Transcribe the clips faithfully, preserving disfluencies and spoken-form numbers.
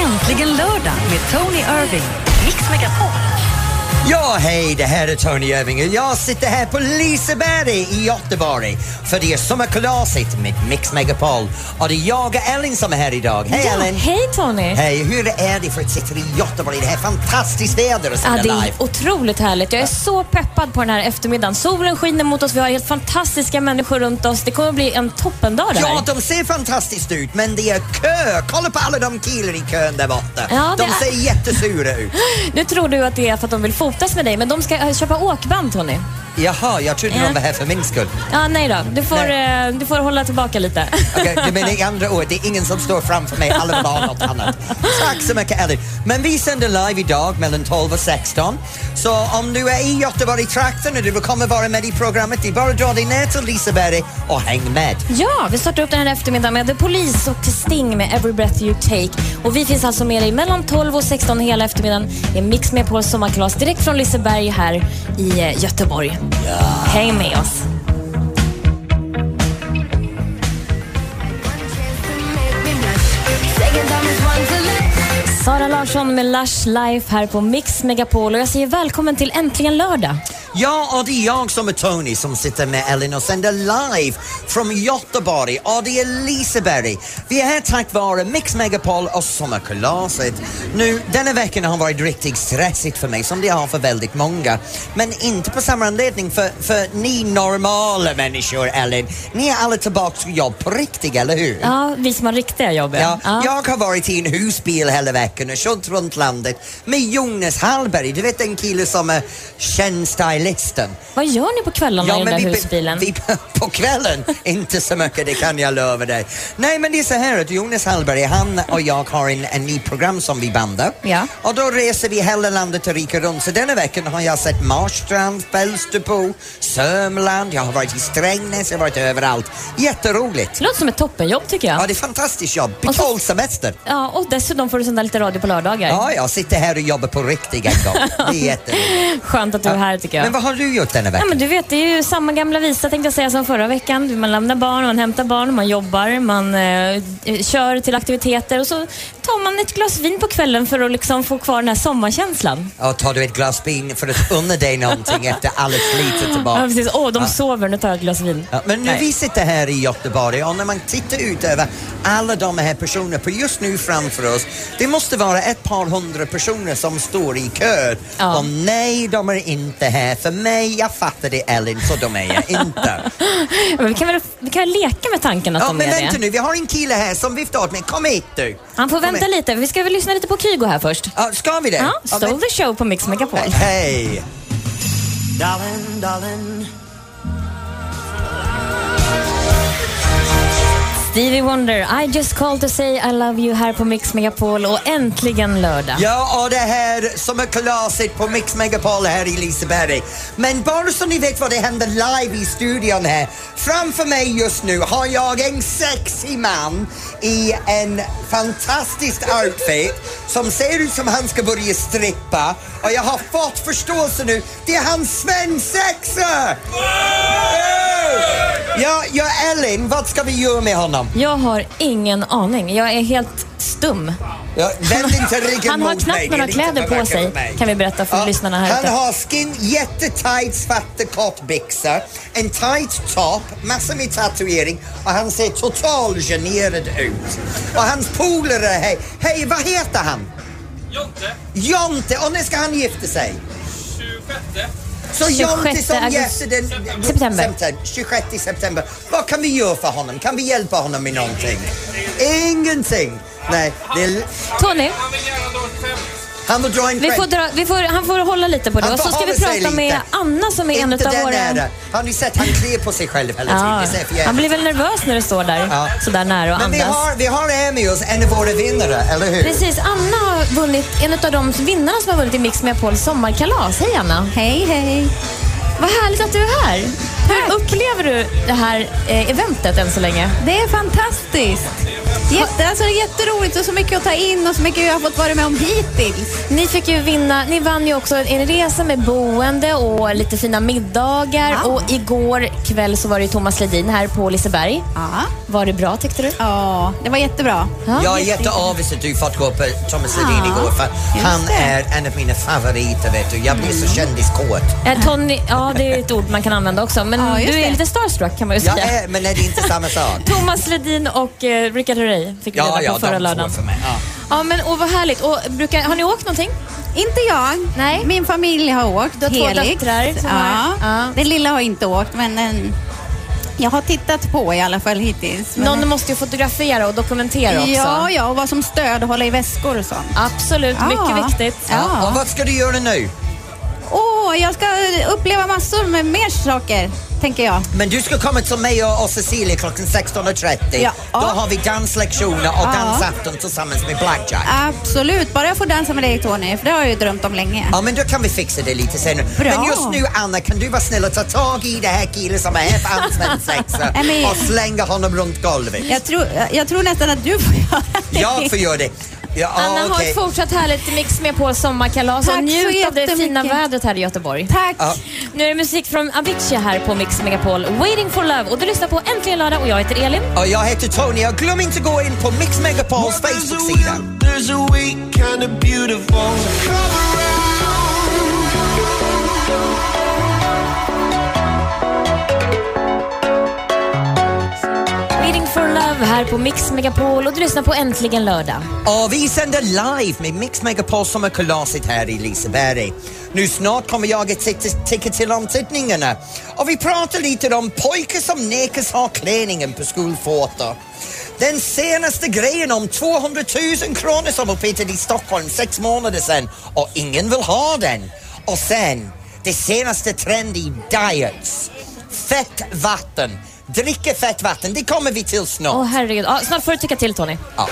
Äntligen lördag med Tony Irving. Mix Megapol. Ja, hej, det här är Tony Irving. Jag sitter här på Liseberg i Göteborg för det är sommarkalaset med Mix Megapol. Och det är jag och Ellen som är här idag. Hej ja, Ellen! Hej Tony! Hej, hur är det för att sitta i Göteborg? Det här fantastiskt väder och ja, det live. är otroligt härligt. Jag är så peppad på den här eftermiddagen. Solen skiner mot oss, vi har helt fantastiska människor runt oss. Det kommer att bli en toppendag det här. Ja, de ser fantastiskt ut, men det är kö. Kolla på alla de killar i kön där borta. Ja, de är... ser jättesura ut. Nu tror du att det är för att de vill fotas med dig, men de ska äh, köpa åkband, Tony. Jaha, jag trodde ja. de var här för min skull. Ja, nej då. Du får, eh, du får hålla tillbaka lite. Okej, okay, du menar i andra ord, det är ingen som står framför mig, alla vill ha något annat. Tack så mycket, Ellie. Men vi sänder live idag mellan tolv och sexton. Så om du är i Göteborg i trakten och du vill komma vara med i programmet, det är bara att dra dig ner till Liseberg och häng med. Ja, vi startar upp den här eftermiddagen med The Police och Sting med Every Breath You Take. Och vi finns alltså med dig mellan tolv och sexton hela eftermiddagen. Det är Mix med på sommarkalas direkt från Liseberg här i Göteborg. Ja. Häng med oss. Sara Larsson med Lush Life här på Mix Megapol. Och jag säger välkommen till Äntligen lördag. Ja, och det är jag som är Tony som sitter med Ellen och sänder live från Göteborg. Och det är Liseberg. Vi är här tack vare Mix Megapol och sommarkalaset. Nu, denna veckan har varit riktigt stressigt för mig, som det har för väldigt många. Men inte på samma anledning för, för ni normala människor, Ellen. Ni är alla tillbaka på jobb på riktigt, eller hur? Ja, vi som har riktiga jobb. Ja, ja. Jag har varit i en husbil hela veckan och kört runt landet med Jonas Hallberg. Du vet den kille som är känd stylisten. Vad gör ni på kvällarna ja, i den där vi, husbilen? Vi, på kvällen, inte så mycket, det kan jag lova dig. Nej, men det är så här att Jonas Hallberg, han och jag har en, en ny program som vi bandar. Ja. Och då reser vi hela landet och rikar runt. Så denna veckan har jag sett Marstrand, Fälsterbo, Sörmland, jag har varit i Strängnäs, jag har varit överallt. Jätteroligt. Det låter som ett toppenjobb tycker jag. Ja, det är fantastiskt jobb. Betald semester. Ja, och dessutom får du sända lite radio på lördagar. Ja, jag sitter här och jobbar på riktigt en gång. Det är jätteroligt. Skönt att du är här tycker jag. Men vad har du gjort denna vecka? Ja, men du vet, det är ju samma gamla visa tänkte jag säga som förra veckan. Man lämnar barn, man hämtar barn, man jobbar, man eh, kör till aktiviteter och så tar man ett glas vin på kvällen för att liksom få kvar den här sommarkänslan. Ja, tar du ett glas vin för att unna dig någonting efter alla slitet tillbaka. Ja, precis. Åh, oh, de ja. sover, nu tar jag ett glas vin. Ja, men nu Nej. vi sitter här i Göteborg och när man tittar ut över alla de här personerna på just nu framför oss, det måste vara ett par hundra personer som står i kö. Ja. Och nej, de är inte här för mig. Jag fattar det, Ellen, så de är jag inte. Men vi kan väl vi kan väl leka med tanken att Ja, de men är vänta det. nu, vi har en kille här som viftar åt mig. Kom hit du. Han får Kom vänta hit. lite. Vi ska väl lyssna lite på Kygo här först. Ja, ska vi det? Ja, Ja, Stole men- the Show på Mix Megapol. Hej! Darling, darling. Stevie Wonder, I just called to say I love you här på Mix Megapol och äntligen lördag. Ja, och det här som är kalaset på Mix Megapol här i Liseberg. Men bara så ni vet vad det händer live i studion här. Framför mig just nu har jag en sexig man i en fantastisk outfit som ser ut som han ska börja strippa. Och jag har fått förståelse nu. Det är hans svensexa! Ja, ja, Ellen, vad ska vi göra med honom? Jag har ingen aning. Jag är helt stum. Ja, vänd inte ryggen Han har mot knappt mig. några Det är lite kläder för på mycket sig, för mig. kan vi berätta för Ja, lyssnarna här han ute. har skin, jättetight svarta kortbyxor, en tight top, massor med tatuering och han ser totalt generad ut. Och hans polare, hej, hej, vad heter han? Jonte. Jonte, och när ska han gifta sig? tjugosjätte. Så Jonte som augusti- gäster den, den, September. september, tjugosjätte september. Vad kan vi göra för honom? Kan vi hjälpa honom med någonting? Ingenting. Nej, det är, Tony, Han vill gärna dra ett skämt. han vill dra en vi får skämt. dra, vi får, han får hålla lite på det. Han Och så får ska vi hålla sig prata med lite. Anna som är en Inte av där våra... nära. Har ni sett han klär på sig själv hela tiden? Ja, Det ser för jävligt. han blir väl nervös när det står där Ja. så där nära och Men vi andas. har, vi har här med oss en av våra vinnare, eller hur? Precis, Anna har vunnit, en av de vinnarna som har vunnit i Mix Megapols sommarkalas. Hej Anna. Hej, hej. Vad härligt att du är här. Hur upplever du det här eh, eventet än så länge? Det är fantastiskt. Jätte, alltså det är jätteroligt och så mycket att ta in och så mycket jag har fått vara med om hittills. Ni fick ju vinna, ni vann ju också en resa med boende och lite fina middagar. Ja. Och igår kväll så var det ju Thomas Ledin här på Liseberg. Ja. Var det bra tyckte du? Ja, det var jättebra. Ja. Jag är jätteavis att du fått gå på Thomas Ledin Ja, igår för just han det. är en av mina favoriter, vet du. Jag blir så kändiskåt. Eh, Tony, ja det är ett ord man kan använda också. Men Ja, just du är det. lite starstruck kan man ju Jag säga. är, men är det inte samma sak? Thomas Ledin och eh, Rickard Herrey fick vi Ja, reda ja, på förra de två lördagen. för mig. Ja. Ja, men och vad härligt. Och brukar, har ni åkt någonting? Inte jag. Nej. Min familj har åkt. Du har två Helix. döttrar som Ja. har- ja. Den lilla har inte åkt, men en, jag har tittat på i alla fall hittills. Men, Någon måste ju fotografera och dokumentera också. Ja, ja, och vara som stöd och hålla i väskor och sånt. Absolut, Ja. mycket viktigt. Ja. Ja. Och vad ska du göra nu? Åh, jag ska uppleva massor med mer saker, tänker jag. Men du ska komma till mig och, och Cecilia klockan sexton och trettio. Ja. Då har vi danslektioner och Ja. dansafton tillsammans med Blackjack. Absolut, bara jag får dansa med dig Tony, för det har jag ju drömt om länge. Ja, men då kan vi fixa det lite senare. Bra. Men just nu, Anna, kan du vara snäll och ta tag i det här killen som är här för ansvensexa Nej, men- och slänga honom runt golvet? Jag tror, jag tror nästan att du får göra det. Jag får göra det. Ja, Anna, ha okej. ett fortsatt härligt Mix med på sommarkalas och Tack så njut av det jättemycket. fina vädret här i Göteborg. Tack. Ja. Nu är det musik från Avicii här på Mix Megapol. Waiting for love. Och du lyssnar på Äntligen lördag och jag heter Elin. Och jag heter Tony och glöm inte gå in på Mix Megapols Facebook-sida. There's a week kind of beautiful. Waiting for love här på Mix Megapol och du lyssnar på Äntligen lördag. Och vi sänder live med Mix Megapol sommarkalaset här i Liseberg. Nu snart kommer jag att ticka till omsättningarna. Och vi pratar lite om pojkar som nekas ha klänningen på skolfoto. Den senaste grejen om tvåhundratusen kronor som upphitade i Stockholm sex månader sedan och ingen vill ha den. Och sen, det senaste trend i diets. Fett vatten. Dricka fett vatten, det kommer vi till snart. Åh herregud. Ja, snart får du tycka till Tony. Ja.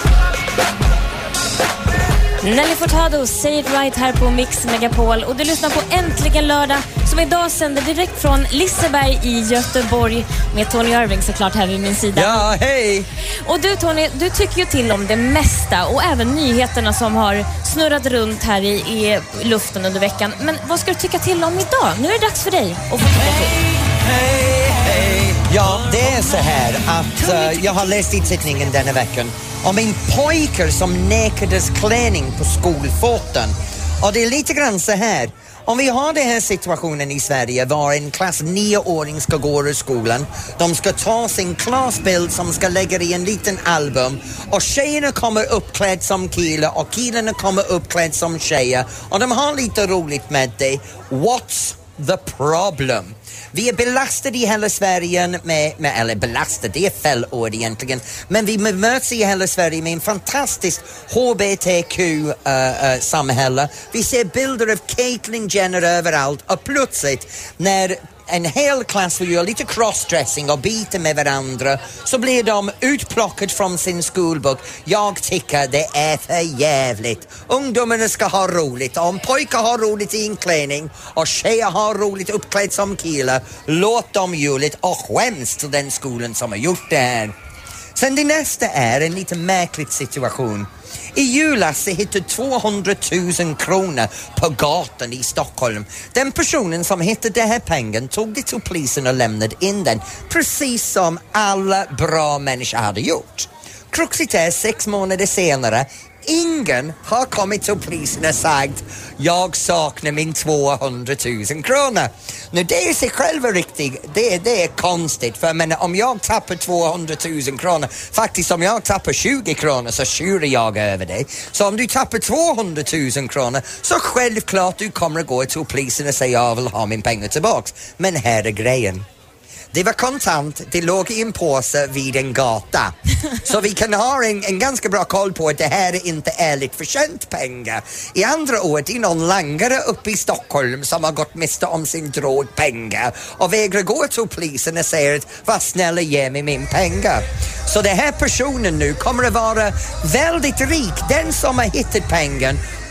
Nelly Furtado, Say It Right här på Mix Megapol och du lyssnar på Äntligen lördag som idag sänder direkt från Liseberg i Göteborg med Tony Irving såklart här vid min sida. Ja, hej! Och du Tony, du tycker ju till om det mesta och även nyheterna som har snurrat runt här i, i luften under veckan. Men vad ska du tycka till om idag? Nu är det dags för dig att få tycka till. Hej, hej! Ja, det är så här att uh, jag har läst i tidningen denna veckan om en pojke som nekades klänning på skolfoton. Och det är lite grann så här. Om vi har den här situationen i Sverige var en klass nioåring ska gå ur skolan. De ska ta sin klassbild som ska lägga i en liten album. Och tjejerna kommer uppklädd som killar och killarna kommer uppklädd som tjejer. Och de har lite roligt med det. What's the problem? Vi är belastade i hela Sverige med, med eller belastade, det är fel ord egentligen, men vi möts i hela Sverige med en fantastisk H B T Q-samhälle. Uh, uh, vi ser bilder av Caitlyn Jenner överallt och plötsligt när en hel klass vill göra lite crossdressing och byta med varandra så blir de utplockade från sin skolbok. Jag tycker det är för jävligt. Ungdomarna ska ha roligt. Om pojkar har roligt i en klänning och tjejer har roligt uppklädd som killar, låt dem juligt och skäms till den skolan som har gjort det här. Sen det nästa är en lite märklig situation. I julas hittade tvåhundratusen kronor på gatan i Stockholm. Den personen som hittade den här pengen tog det till polisen och lämnade in den, precis som alla bra människor hade gjort. Kruxigt är sex månader senare, ingen har kommit till polisen och sagt jag saknar min tvåhundratusen kronor. Nu det är sig själv riktigt, det, det är konstigt för men om jag tappar tvåhundratusen kronor, faktiskt om jag tappar tjugo kronor så tjurar jag över det. Så om du tappar tvåhundratusen kronor så självklart du kommer att gå till polisen och säga jag vill ha min pengar tillbaks. Men här är grejen. Det var kontant, det låg i en påse vid en gata. Så vi kan ha en, en ganska bra koll på att det här är inte ärligt förtjänt pengar. I andra ord, det är någon langare uppe i Stockholm som har gått miste om sin drogpengar och vägrar gå till polisen och säger att var snälla ge mig min pengar. Så den här personen nu kommer att vara väldigt rik. Den som har hittat pengen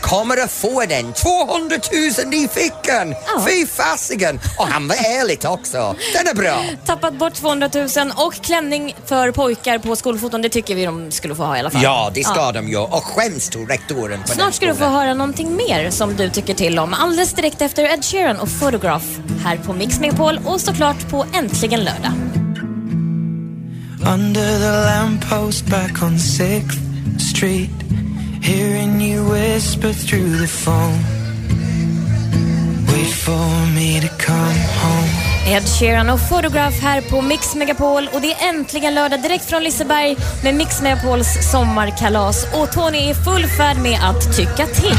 kommer att få den tvåhundratusen i fickan. Ja. Fy fasiken. Och han var ärligt också. Den är bra. Tappat bort tvåhundratusen och klänning för pojkar på skolfoton, det tycker vi de skulle få ha i alla fall. Ja, det ska Ja. de ju. Och skäms tog rektoren på den Snart ska du få skolan. höra någonting mer som du tycker till om. Alldeles direkt efter Ed Sheeran och Photograph här på Mix Megapol och såklart på Äntligen lördag. Under the lamppost back on sixth Street, hearing you whisper through the phone. Wait for me to come home. Ed Sheeran och Photograph här på Mix Megapol och det är äntligen lördag direkt från Liseberg med Mix Megapols sommarkalas och Tony är i full färd med att tycka till.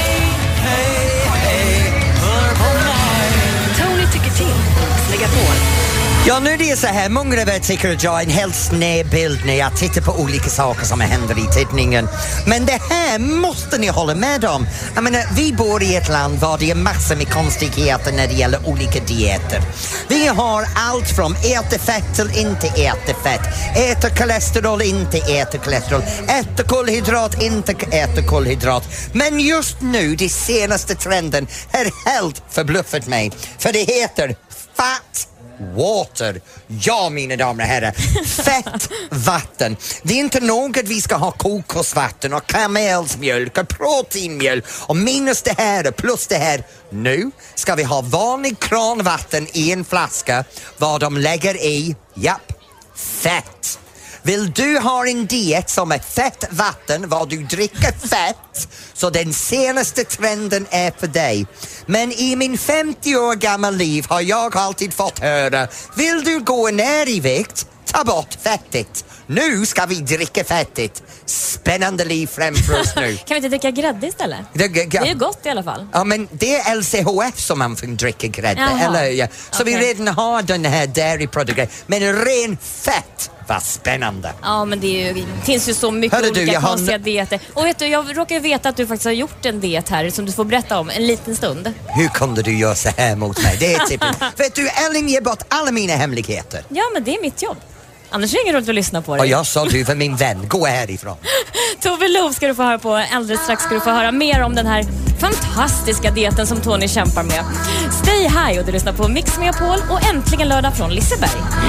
Tony tycker till. Mix Megapol. Ja, nu är det så här. Många av er tycker att jag har en helt sned bild när jag tittar på olika saker som händer i tidningen. Men det här måste ni hålla med om. Jag menar, vi bor i ett land där det är massor med konstigheter när det gäller olika dieter. Vi har allt från äta fett till inte äta fett. Äta kolesterol, inte äta kolesterol. Äta kolhydrat, inte äta kolhydrat. Men just nu, det senaste trenden är helt förbluffat mig. För det heter fat water. Ja, mina damer och herrar. Fett vatten. Det är inte något vi ska ha kokosvatten och kamelsmjölk och proteinmjölk och minus det här och plus det här. Nu ska vi ha vanlig kranvatten i en flaska. Vad de lägger i, japp, fett. Vill du ha en diet som är fett vatten, vad du dricker fett, så den senaste trenden är för dig. Men i min femtio år gamla liv har jag alltid fått höra, vill du gå ner i vikt, ta bort fettigt. Nu ska vi dricka fettigt. Spännande liv framför oss nu. Kan vi inte dricka grädde istället? Det, Det är ju gott i alla fall. Ja, men det är L C H F som man får dricka grädde, Jaha. eller ja. Så Okej. vi redan har den här dairyprodukten. Men ren fett, vad spännande. Ja, men det, är ju, det finns ju så mycket Hörru du, olika jag har- konstiga dieter. Och vet du, jag råkar veta att du faktiskt har gjort en diet här som du får berätta om en liten stund. Hur kunde du göra så här mot mig? Det är typiskt. Vet du, Ellen ger bort alla mina hemligheter. Ja, men det är mitt jobb. Annars är det ingen roligt att lyssna på Och dig. jag sa du för min vän, gå härifrån. Tove Lo ska du få höra på. Alldeles strax ska du få höra mer om den här fantastiska dieten som Tony kämpar med. Stay high och du lyssnar på Mix Megapol och äntligen lördag från Liseberg.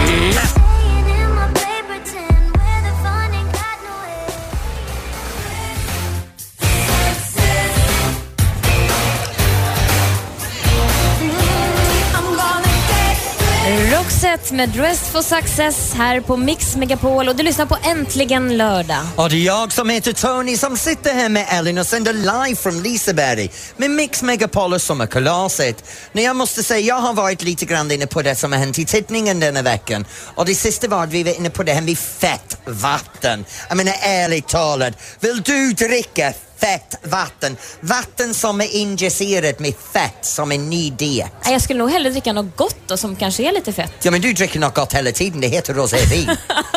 Roxette med Dressed for Success här på Mix Megapol och du lyssnar på Äntligen lördag. Och det är jag som heter Tony som sitter här med Ellen och sänder live från Liseberg med Mix Megapol och sommarkalaset. Men jag måste säga, jag har varit lite grann inne på det som har hänt i tidningen denna veckan. Och det sista var att vi var inne på det här med fett vatten. Jag menar, ärligt talat, vill du dricka fett vatten? Vatten som är injicerat med fett som en ny diet. Nej, jag skulle nog hellre dricka något gott då, som kanske är lite fett. Ja, men du dricker något gott hela tiden, det heter rosévin.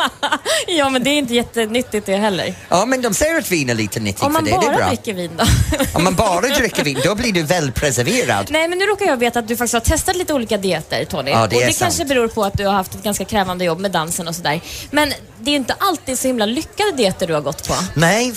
Ja, men det är inte jättenyttigt det heller. Ja, men de säger att vin är lite nyttigt Om för man det, det är bara bra. dricker vin då. Om man bara dricker vin, då blir du väl preserverad. Nej, men nu råkar jag veta att du faktiskt har testat lite olika dieter, Tony. Ja, det och är det sant. kanske beror på att du har haft ett ganska krävande jobb med dansen och sådär. Men det är inte alltid så himla lyckade dieter du har gått på. Nej,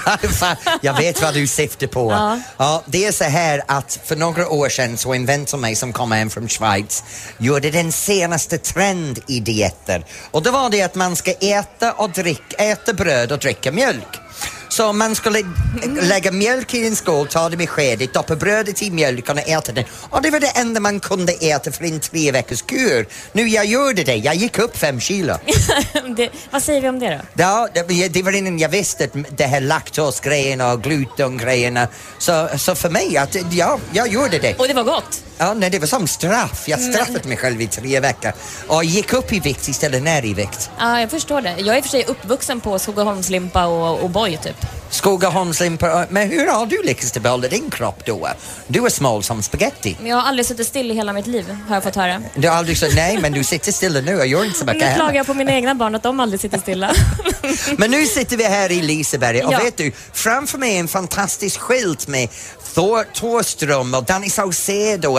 jag vet vad du syftar på. Ja. Ja, det är så här att för några år sedan så en vän som mig som kommer hem från Schweiz gjorde den senaste trend i dieter. Och det var det att man ska äta och dricka, äta bröd och dricka mjölk. Så man skulle lägga mjölk i en skål, ta det med skedet, doppa brödet i mjölken och äta den. Och det var det enda man kunde äta för en tre veckors kur. Nu jag gjorde det, jag gick upp fem kilo. det, vad säger vi om det då? Ja, det, det var innan jag visste att det här laktosgrejerna och glutengrejerna. Så, så för mig, att, ja, jag gjorde det. Och det var gott? Ja, nej, det var som straff. Jag straffade mig själv i tre veckor. Och gick upp i vikt istället ner i vikt. Ja, jag förstår det. Jag är i och för sig uppvuxen på Skogaholmslimpa och, och boy typ. Skogaholmslimpa. Men hur har du lyckats att behålla din kropp då? Du är smal som spaghetti. Men jag har aldrig suttit still i hela mitt liv, har jag fått höra. Du har aldrig sagt nej, men du sitter stilla nu och gör inte så mycket Nu hemma. klagar jag på mina egna barn att de aldrig sitter stilla. Men nu sitter vi här i Liseberg och Ja. vet du, framför mig är en fantastisk skylt med Thor, Thorström och Danny Saucedo och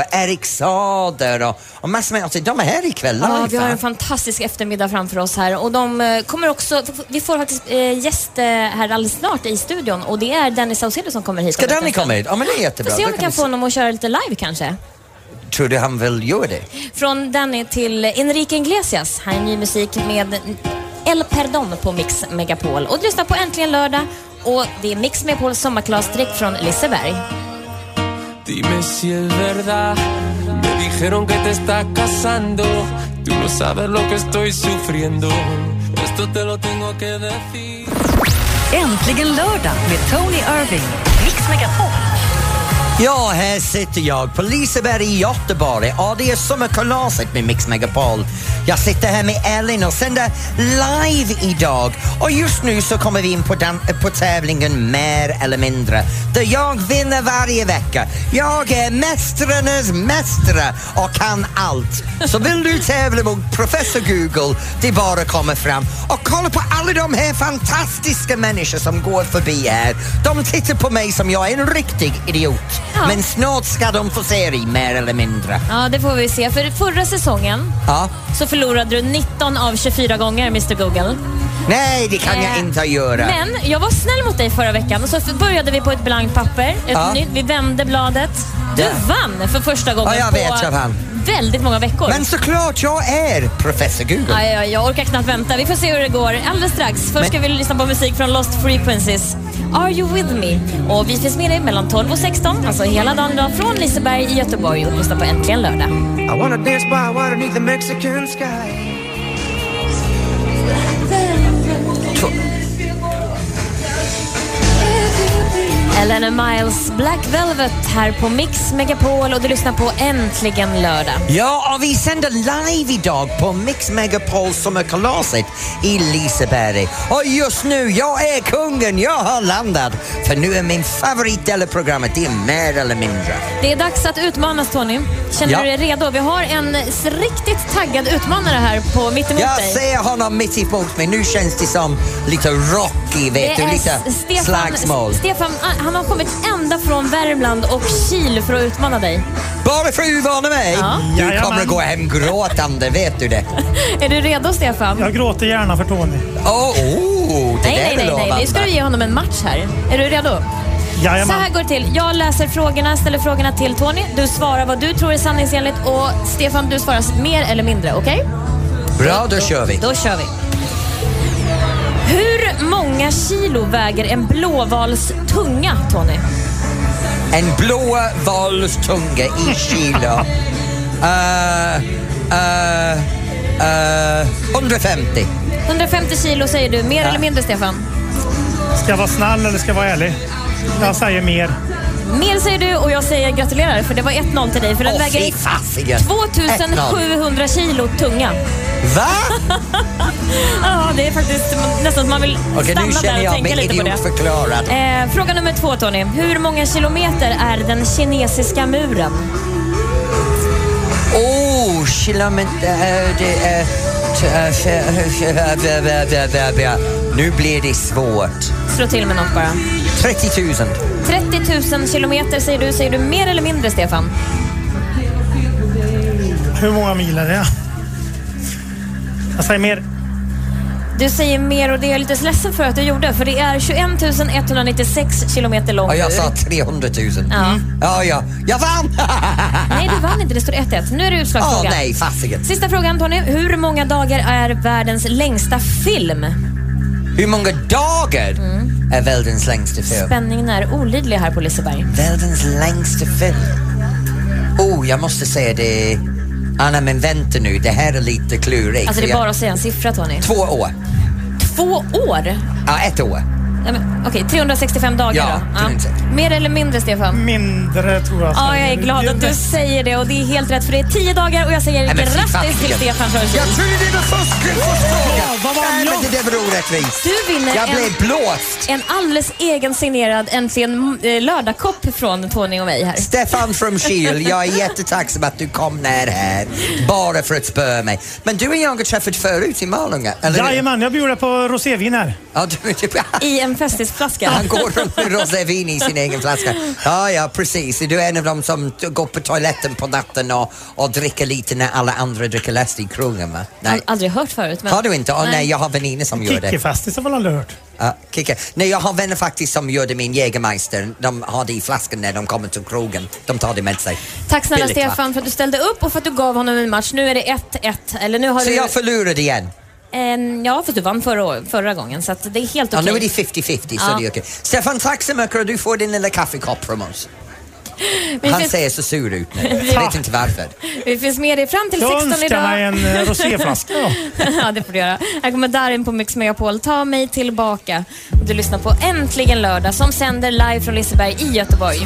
Erik Sader och, och massor med, alltså, de är här ikväll live. Ja, vi har va? en fantastisk eftermiddag framför oss här och de eh, kommer också, vi får faktiskt eh, gäst eh, här alldeles snart i studion och det är Danny Saucedo som kommer hit. Ska Danny komma hit? Ja, men det är jättebra. Får se om Då vi kan vi få honom att köra lite live kanske. Tror du han vill göra det? Från Danny till Enrique Iglesias. Han är ny musik med El Perdón på Mix Megapol. Och du lyssnar på Äntligen lördag. Och det är Mix Megapols sommarklass direkt från Liseberg. Dime si es verdad. Me dijeron que te estás casando. Tú no sabes lo que estoy sufriendo. Esto te lo tengo que decir. Äntligen lördag med Tony Irving. Mix Megapol. Ja, här sitter jag på Liseberg i Göteborg och det är sommarkalaset med Mix Megapol. Jag sitter här med Ellen och sänder live idag. Och just nu så kommer vi in på, den, på tävlingen Mer eller mindre. Där jag vinner varje vecka. Jag är mästarnas mästare och kan allt. Så vill du tävla mot Professor Google, det är bara att komma fram. Och kolla på alla de här fantastiska människor som går förbi här. De tittar på mig som jag är en riktig idiot. Ja. Men snart ska de få se dig mer eller mindre. Ja, det får vi se. För förra säsongen Ja. så förlorade du nitton av tjugofyra gånger, mister Google. Nej, det kan jag Eh, inte göra. Men jag var snäll mot dig förra veckan och så började vi på ett blankt papper. Ett Ja. nytt. Vi vände bladet. Du Ja. vann för första gången Ja, jag vet, på jag vann. väldigt många veckor. Men såklart, jag är Professor Google. Ja, ja, jag orkar knappt vänta. Vi får se hur det går alldeles strax. Först ska vi lyssna på musik från Lost Frequencies. Are You With Me? Och vi finns med dig mellan tolv och sexton, alltså hela dagen idag från Liseberg i Göteborg och lyssna på Äntligen lördag. I wanna dance by water beneath the Mexican sky. Elena Miles, Black Velvet här på Mix Megapol och du lyssnar på Äntligen lördag. Ja, och vi sänder live idag på Mix Megapol sommarkalaset i Liseberg. Och just nu, jag är kungen, jag har landat. För nu är min favoritdel av programmet, det är Mer eller mindre. Det är dags att utmanas, Tony. Känner Ja. du dig redo? Vi har en riktigt taggad utmanare här på mitt emot Jag dig. ser honom mitt emot mig, nu känns det som lite rocky, vet Det du, är lite Stefan, slagsmål. Stefan, han har kommit ända från Värmland och Kil för att utmana dig. Bara för att utmana mig? Ja. Du Jajamän. kommer att gå hem gråtande, vet du det? Är du redo, Stefan? Jag gråter gärna för Tony. Åh, oh, oh, det Nej, där nej, är nej, nej. lovande. Nu ska du ge honom en match här. Är du redo? Så Jajamän. här går det till. Jag läser frågorna, ställer frågorna till Tony. Du svarar vad du tror är sanningsenligt och Stefan, du svarar mer eller mindre, okej? Bra, då kör vi. Då kör vi. Hur många kilo väger en blåvals tunga, Tony? En blå valstunga i kilo. Uh, uh, uh, hundrafemtio. hundrafemtio kilo säger du. Mer eller mindre, Stefan? Ska jag vara snäll eller ska jag vara ärlig? Jag säger mer. Mer säger du och jag säger gratulerar för det var ett noll till dig. För den Åh, väger fy fasiken. tvåtusen sjuhundra kilo tunga. Va? Ja, det är faktiskt nästan att man vill Okej, stanna nu känner där och jag tänka mig lite på det. idiotförklarad. Eh, fråga nummer två, Tony. Hur många kilometer är den kinesiska muren? Åh, kilometer... Det är... Nu blir det svårt. Slå till med något bara. trettio tusen. trettio tusen kilometer säger du. Säger du mer eller mindre, Stefan? Hur många mil är det? Jag säger mer. Du säger mer och det är jag lite ledsen för att du gjorde. För det är tjugoett tusen etthundranittiosex kilometer lång Ja, jag mur. sa trehundratusen. Ja. Ja, ja. Jag vann! Nej, du vann inte. Det står ett ett. Nu är det utslagsfråga. Åh, nej, fasiken. Sista frågan, Tony. Hur många dagar är världens längsta film? Hur många dagar Mm. är världens längsta film? Spänningen är olidlig här på Liseberg. Världens längsta film. Oh, jag måste säga det. Anna, men vänta nu. Det här är lite klurigt. Alltså det är Jag- bara att säga en siffra, Tony. Två år. Två år? Ja, ett år. Ja, men, Okej, trehundrasextiofem dagar Ja, då. trehundrasextiofem. Mer eller mindre, Stefan? Mindre tror jag. Ja, jag är glad att du säger det och det är helt rätt för det är tio dagar och jag säger Nej, men fy grattis fasiken. till Stefan för Jag trodde det var först fråga. vad var Nej, jag? men det där var orättvist. Du vinner Jag en, blev blåst. en alldeles egen signerad äntligen eh, lördagkopp från Tony och mig här. Stefan from Kiel, jag är jättetacksam att du kom ner här bara för att spöra mig. Men du och jag har träffat förut i Malunga, eller? Jajamän, jag bjuder på rosévin här. Ja, du, I en egen festisflaska. Han går runt med rosévin i sin egen flaska. Ja, ja, precis. Du är en av dem som går på toaletten på natten och, och dricker lite när alla andra dricker läst i krogen, va? Nej. Jag har aldrig hört förut. Men... Har du inte? Oh, nej. nej, jag har vänner som gör det. Kickefestis har väl aldrig hört? Ja, kicka. Nej, jag har vänner faktiskt som gör det, min Jägermeister. De har det i flaskan när de kommer till krogen. De tar det med sig. Tack snälla Billigt, Stefan va? för att du ställde upp och för att du gav honom en match. Nu är det ett ett. Eller nu har Så du... jag förlorade igen? En, ja, för du vann förra, förra gången, så att det är helt okej. Ja, nu är det femtio femtio, så Ja. det är okej. Stefan, tack så mycket och du får din lilla kaffekopp från oss. Vi Han finns, ser så sur ut nu. Jag vet inte varför. vi finns med dig fram till Jag sexton önskar idag. mig en eh, roséflaska då. Ja, det får du göra. Här kommer Darin på Mix Megapol. Ta mig tillbaka. Du lyssnar på Äntligen lördag som sänder live från Liseberg i Göteborg.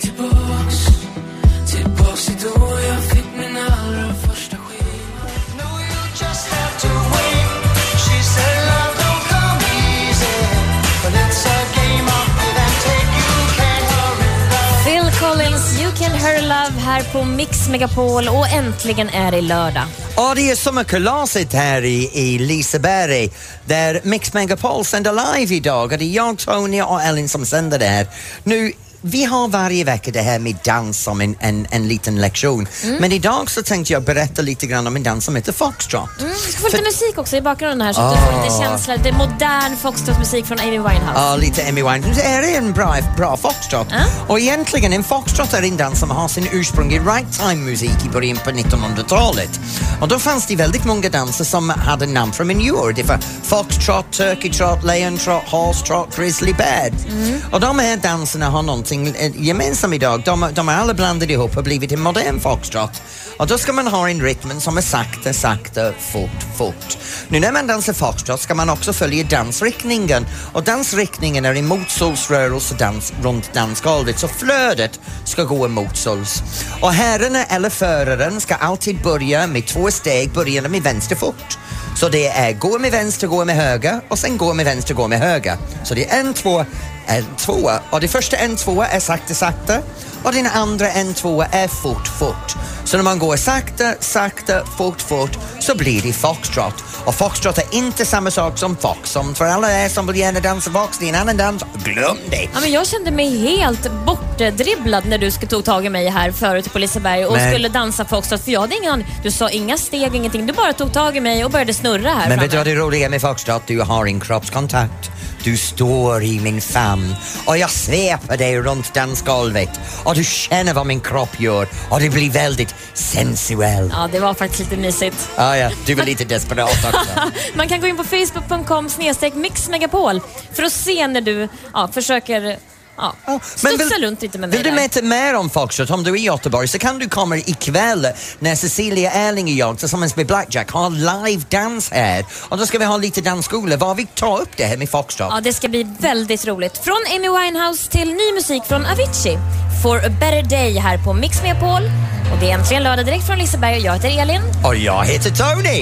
Phil Collins, You Can Her Love här på Mix Megapol och äntligen är det lördag. Ja, det är sommarkalaset här i, i Liseberg där Mix Megapol sänder live idag och det är jag, Tony och Ellen som sänder det här. Nu, vi har varje vecka det här med dans som en, en, en liten lektion. Mm. Men idag så tänkte jag berätta lite grann om en dans som heter foxtrot. Mm, du ska få lite musik också i bakgrunden här så att oh. du får lite känsla. Det är modern foxtrot-musik från Amy Winehouse. Ja, lite Amy Winehouse. Det är en bra, bra foxtrot. Mm. Och egentligen en foxtrot är en dans som har sin ursprung i ragtime-musik i början på nittonhundratalet. Och då fanns det väldigt många danser som hade namn från en djur. Det var foxtrot, turkey trot, leon trot, horse trot, grizzly bear. Mm. Och de här danserna har någonting gemensamt idag. De, de är alla blandade ihop och blivit en modern foxtrot. Och då ska man ha en rytm som är sakta, sakta, fort, fort. Nu när man dansar foxtrot ska man också följa dansriktningen. Och dansriktningen är en motsolsrörelse dans, runt dansgolvet. Så flödet ska gå motsols. Och herrarna eller föraren ska alltid börja med två steg, börjande med vänster fot. Så det är gå med vänster, gå med höger och sen gå med vänster, gå med höger. Så det är en, två, en, två. Och det första en, två är sakta, sakta. Och den andra en, två är fort, fort. Så när man går sakta, sakta, fort, fort så blir det foxtrot. Och foxtrot är inte samma sak som fox. Som för alla är som vill gärna dansa fox, det är en annan dans. Glöm det! Ja, men jag kände mig helt bortdribblad när du skulle tog tag i mig här förut på Liseberg och men... skulle dansa foxtrot. För jag hade ingen aning. Du sa inga steg, ingenting. Du bara tog tag i mig och började snurra här. Men vet du vad det roliga med foxtrot? Du har en kroppskontakt. Du står i min famn och jag sveper dig runt dansgolvet och du känner vad min kropp gör och det blir väldigt sensuellt. Ja, det var faktiskt lite mysigt. Ah, ja, du var lite desperat också. Man kan gå in på facebook punkt com snedstreck mixmegapol för att se när du ja, försöker ja, oh, studsa vill, runt lite med mig. Vill du veta mer om foxtrot om du är i Göteborg så kan du komma ikväll när Cecilia Erling och jag tillsammans med Blackjack har live dans här. Och då ska vi ha lite dansskola var vi tar upp det här med foxtrot. Ja, det ska bli väldigt roligt. Från Amy Winehouse till ny musik från Avicii. For a better day här på Mix Megapol. Och det är äntligen lördag direkt från Liseberg och jag heter Elin. Och jag heter Tony.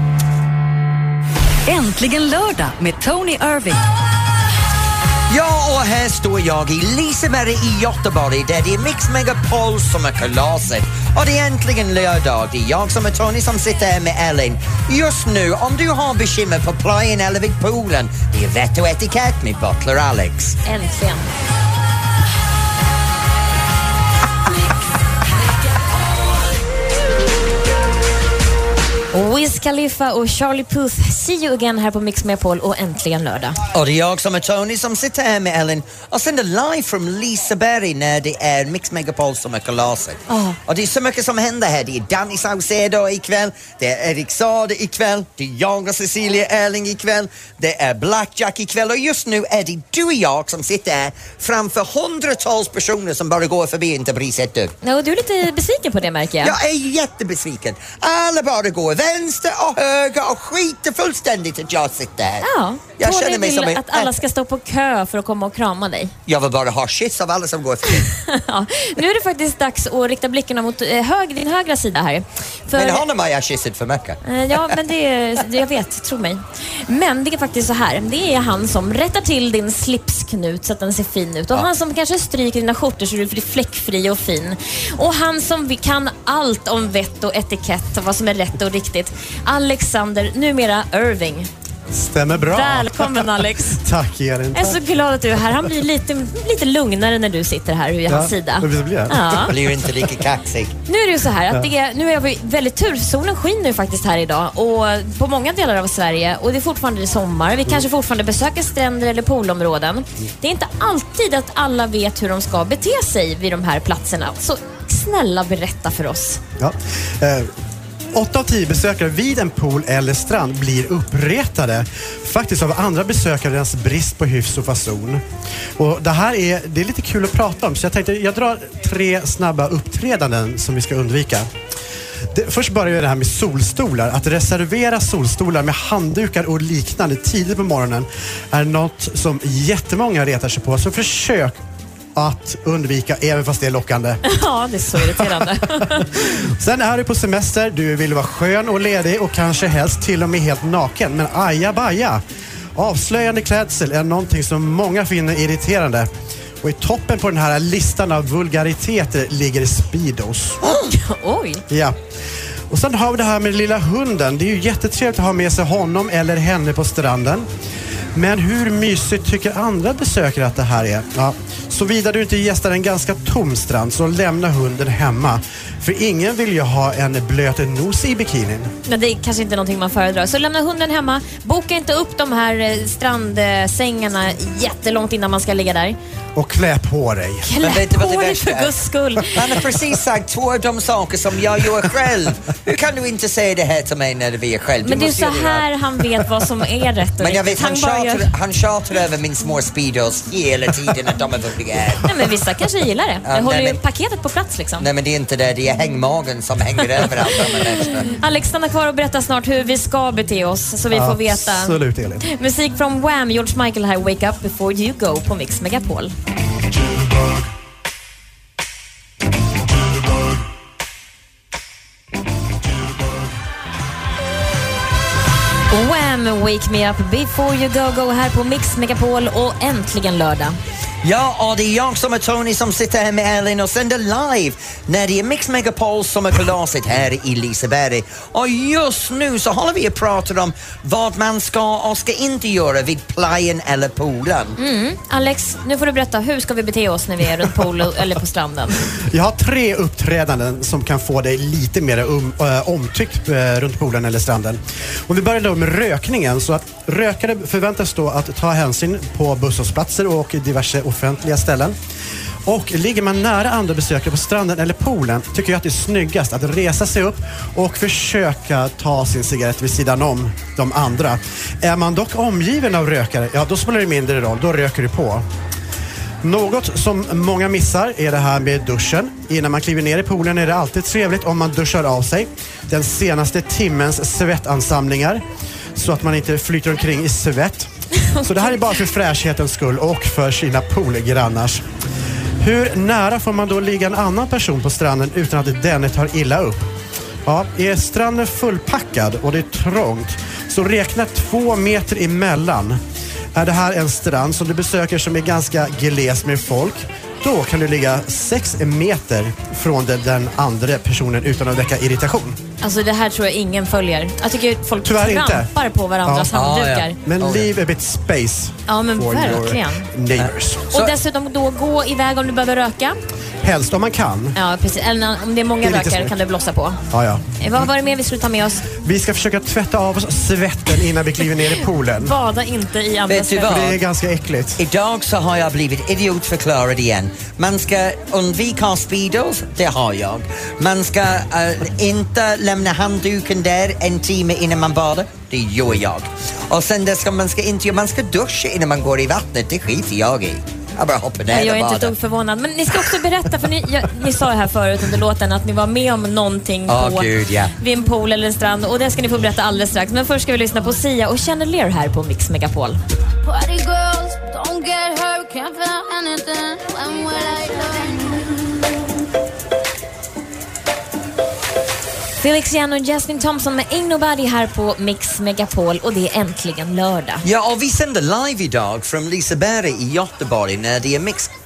Äntligen lördag med Tony Irving. Ja, och här står jag i Liseberg i Göteborg där det är Mix Megapol som är kalaset. Och det är äntligen lördag. Det är jag som är Tony som sitter här med Ellen. Just nu, om du har bekymmer på playen eller vid poolen, det är vett och etikett med Butler Alex. Äntligen. Wiz Khalifa och Charlie Puth, see you again här på Mix Megapol och äntligen lördag. Och det är jag som är Tony som sitter här med Ellen och sänder live från Liseberg när det är Mix Megapol som är kalaset. Oh. Och det är så mycket som händer här. Det är Danny Saucedo ikväll, det är Erik Saade ikväll, det är jag och Cecilia Erling ikväll, det är Blackjack ikväll och just nu är det du och jag som sitter här framför hundratals personer som bara går förbi inte bryr sig ett dugg. Ja, och du är lite besviken på det märker jag. Jag är jättebesviken. Alla bara går vänster och höger och skiter fullständigt att jag sitter här. Ja, jag Tony känner mig vill som en... att alla ska stå på kö för att komma och krama dig. Jag vill bara ha kyss av alla som går förbi. Ja, nu är det faktiskt dags att rikta blickarna mot eh, hög, din högra sida här. För... Men honom har jag kyssit för mycket. Eh, ja, men det, det jag vet, tro mig. Men det är faktiskt så här. Det är han som rättar till din slipsknut så att den ser fin ut. Och ja. Han som kanske stryker dina skjortor så du blir fläckfri och fin. Och han som kan allt om vett och etikett och vad som är rätt och riktigt. Alexander, numera Irving. Stämmer bra. Välkommen Alex. Tack Elin. Jag är så glad att du är här. Han blir lite, lite lugnare när du sitter här vid hans sida. Det blir jag. Ja. Blir inte lika kaxig. Nu är det ju så här att det är, nu är vi väldigt tur. Solen skiner ju faktiskt här idag och på många delar av Sverige och det är fortfarande sommar. Vi kanske fortfarande besöker stränder eller poolområden. Det är inte alltid att alla vet hur de ska bete sig vid de här platserna. Så snälla berätta för oss. Ja. Eh. Åtta av tio besökare vid en pool eller strand blir uppretade faktiskt av andra besökares brist på hyfs och fason. Och det här är, det är lite kul att prata om, så jag tänkte jag drar tre snabba uppträdanden som vi ska undvika. Det, först börjar det här med solstolar. Att reservera solstolar med handdukar och liknande tidigt på morgonen är något som jättemånga retar sig på. Så försök att undvika, även fast det är lockande. Ja, det är så irriterande. Sen är du på semester, du vill vara skön och ledig och kanske helst till och med helt naken. Men aja baja. Avslöjande klädsel är någonting som många finner irriterande. Och i toppen på den här listan av vulgariteter ligger speedos. Oj. Ja. Och sen har vi det här med lilla hunden. Det är ju jättetrevligt att ha med sig honom eller henne på stranden. Men hur mysigt tycker andra besökare att det här är? Ja. Såvida du inte gästar en ganska tom strand, så lämna hunden hemma. För ingen vill ju ha en blöt nos i bikinin. Men det är kanske inte någonting man föredrar. Så lämna hunden hemma. Boka inte upp de här strandsängarna jättelångt innan man ska ligga där. Och klä på dig. Klä på dig för guds skull. Han har precis sagt två av de saker som jag gör själv. Hur kan du inte säga det här till mig när vi är själv? Du Men det är måste så göra det här han vet vad som är rätt. Men jag vet, han, han, bara tjatar, gör... han tjatar över min små speedos hela tiden att de är vulgära. Nej, men vissa kanske gillar det. Ja, Jag håller nej, ju men- paketet på plats liksom. Nej, men det är inte det. Det är hängmagen som hänger överallt. Alex, stanna kvar och berätta snart hur vi ska bete oss så vi får veta. Absolut, Elin. Musik från Wham, George Michael här, Wake Up Before You Go på Mix Megapol. Wham, Wake Me Up Before You Go Go här på Mix Megapol och äntligen lördag. Ja, och det är jag som är Tony som sitter här med Elin och sänder live när det är Mix Megapol som är kalaset här i Liseberg. Och just nu så håller vi att prata om vad man ska och ska inte göra vid playen eller poolen. Mm. Alex, nu får du berätta, hur ska vi bete oss när vi är runt pool eller på stranden? Jag har tre uppträdanden som kan få dig lite mer um, äh, omtyckt äh, runt poolen eller stranden. Och vi börjar då med rökningen. Så att rökare förväntas då att ta hänsyn på busshållplatser och diverse offentliga ställen. Och ligger man nära andra besökare på stranden eller poolen tycker jag att det är snyggast att resa sig upp och försöka ta sin cigarett vid sidan om de andra. Är man dock omgiven av rökare, ja då spelar det mindre roll, då röker du på. Något som många missar är det här med duschen. Innan man kliver ner i poolen är det alltid trevligt om man duschar av sig den senaste timmens svettansamlingar så att man inte flyter omkring i svett. Så det här är bara för fräschhetens skull och för sina poolgrannars. Hur nära får man då ligga en annan person på stranden utan att denne tar illa upp? Ja, är stranden fullpackad och det är trångt så räkna två meter emellan. Är det här en strand som du besöker som är ganska gles med folk, då kan du ligga sex meter från den, den andra personen utan att väcka irritation. Alltså det här tror jag ingen följer. Jag tycker folk Tyvärr trampar inte. på varandras Ja. handdukar. Ja, ja. Men Oh, ja. leave a bit space. Ja, men for verkligen. your neighbors. Och dessutom då gå iväg om du behöver röka. Helst om man kan. Ja, precis. Eller om det är många Det är lite rökare svårt. kan du blossa på. Ja, ja. Eh, Vad var det mer vi skulle ta med oss? Vi ska försöka tvätta av oss svetten innan vi kliver ner i poolen. Bada inte i andra Vet du svett. vad? För det är ganska äckligt. Idag så har jag blivit idiotförklarad igen. Man ska undvika speedos, det har jag. Man ska uh, inte lämna handduken där en timme innan man badar, det gör jag. Och sen det ska, man ska inte man ska duscha innan man går i vattnet, det skiter jag i. Jag bara hoppar ner Nej, jag och är inte badar. ett dugg förvånad. Men ni ska också berätta, för ni, jag, ni sa ju här förut under låten att ni var med om någonting Åh, på Gud, ja. vid en pool eller en strand. Och det ska ni få berätta alldeles strax. Men först ska vi lyssna på Sia och Chandelier här på Mix Megapol. Party girls, don't get hurt, can't feel anything. When will I learn? Felix Jan och Justin Thompson med Ain't Nobody här på Mix Megapol och det är äntligen lördag. Ja, och vi sänder live idag från Liseberg i Göteborg när det är Mix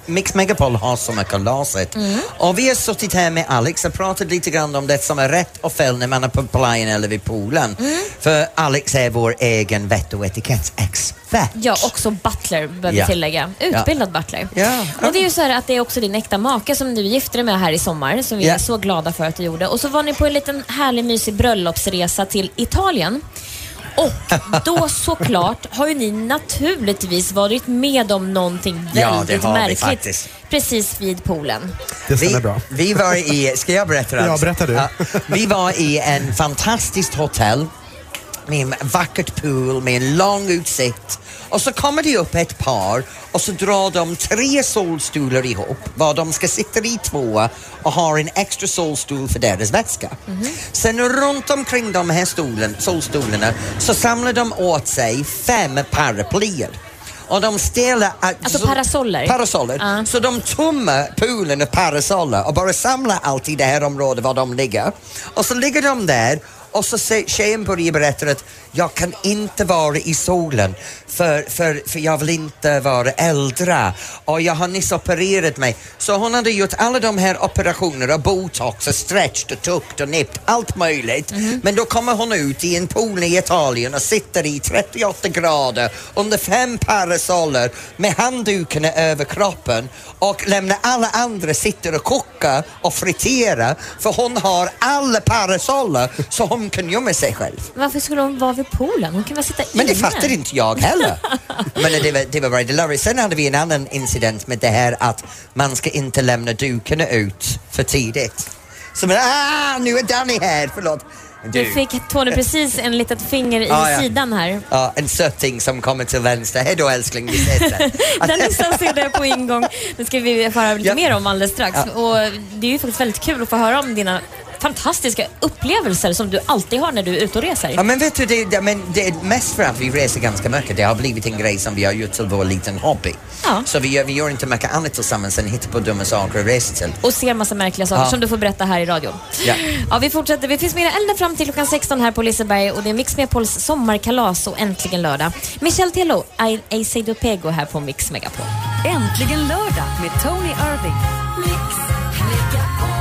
Mix Megapol har sommarkalaset. Mm. Och vi har suttit här med Alex och pratat lite grann om det som är rätt och fel när man är på playen eller vid poolen. Mm. För Alex är vår egen vett- och etikettsexpert. Ja, också butler behöver ja. tillägga. Utbildad ja. butler. Ja. Och det är ju så här att det är också din äkta make som du gifte dig med här i sommar, som vi ja. är så glada för att du gjorde. Och så var ni på en liten härlig mysig bröllopsresa till Italien. Och då såklart har ju ni naturligtvis varit med om någonting väldigt ja, det har märkligt. Vi faktiskt. Precis vid poolen. Det stämmer vi, bra. Vi var i, ska jag berätta det? Ja, berätta du. Ja, vi var i en fantastiskt hotell med en vackert pool med en lång utsikt. Och så kommer det upp ett par och så drar de tre solstolar ihop. Var de ska sitta i två och ha en extra solstol för deras väska. Mm-hmm. Sen runt omkring de här stolen, solstolarna så samlar de åt sig fem paraplyer. Och de ställer... Alltså parasoller? Parasoller. Uh. Så de tummar poolen och parasoller och bara samlar allt i det här området var de ligger. Och så ligger de där. Och så tjejen börjar berätta att jag kan inte vara i solen för, för, för jag vill inte vara äldre och jag har nyss opererat mig. Så hon hade gjort alla de här operationerna, botox och stretched och tukt och nippt, allt möjligt. Mm-hmm. Men då kommer hon ut i en pool i Italien och sitter i trettioåtta grader under fem parasoller med handdukarna över kroppen och lämnar alla andra sitter och kokar och fritera för hon har alla parasoller så hon hon kan gömma sig själv. Varför skulle hon vara vid poolen? Hon kan väl sitta inne. Men det fattar inte jag heller. Men det var, det var bara det. Sen hade vi en annan incident med det här att man ska inte lämna dukarna ut för tidigt. Så men, ah, nu är Danny här, förlåt. Du, du fick Tony precis en litet finger i ah, ja. sidan här. Ja, en sötting som kommer till vänster. Hej då älskling, vi ses där. Den distansen är på ingång. Nu ska vi få höra lite ja. mer om alldeles strax. Ja. Och det är ju faktiskt väldigt kul att få höra om dina fantastiska upplevelser som du alltid har när du är ute och reser. Ja, men vet du, det, det, men det är mest för att vi reser ganska mycket. Det har blivit en grej som vi har gjort till vår liten hobby. Ja. Så vi gör, vi gör inte mycket annat tillsammans än hittar på dumma saker och reser till. Och ser massa märkliga saker ja. som du får berätta här i radio. Ja. Ja, vi fortsätter. Vi finns med ända fram till klockan sexton här på Liseberg och det är Mix Megapols sommarkalas och äntligen lördag. Michel Tello, I say do pego här på Mix Megapol. Äntligen lördag med Tony Irving. Mix Megapol.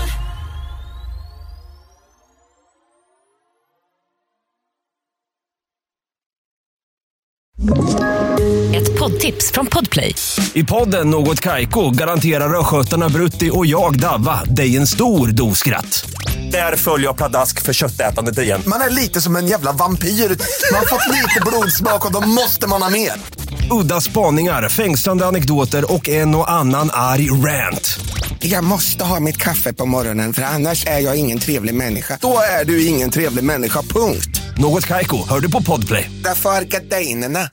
Ett poddtips från Podplay. I podden Något Kaiko garanterar östgötarna Brutti och jag Davva dig en stor dos skratt. Där följer jag pladask för köttätandet igen. Man är lite som en jävla vampyr. Man har fått lite blodsmak och då måste man ha mer. Udda spaningar, fängslande anekdoter och en och annan arg rant. Jag måste ha mitt kaffe på morgonen för annars är jag ingen trevlig människa. Då är du ingen trevlig människa, punkt. Något Kaiko, hör du på Podplay. Därför är gardinerna.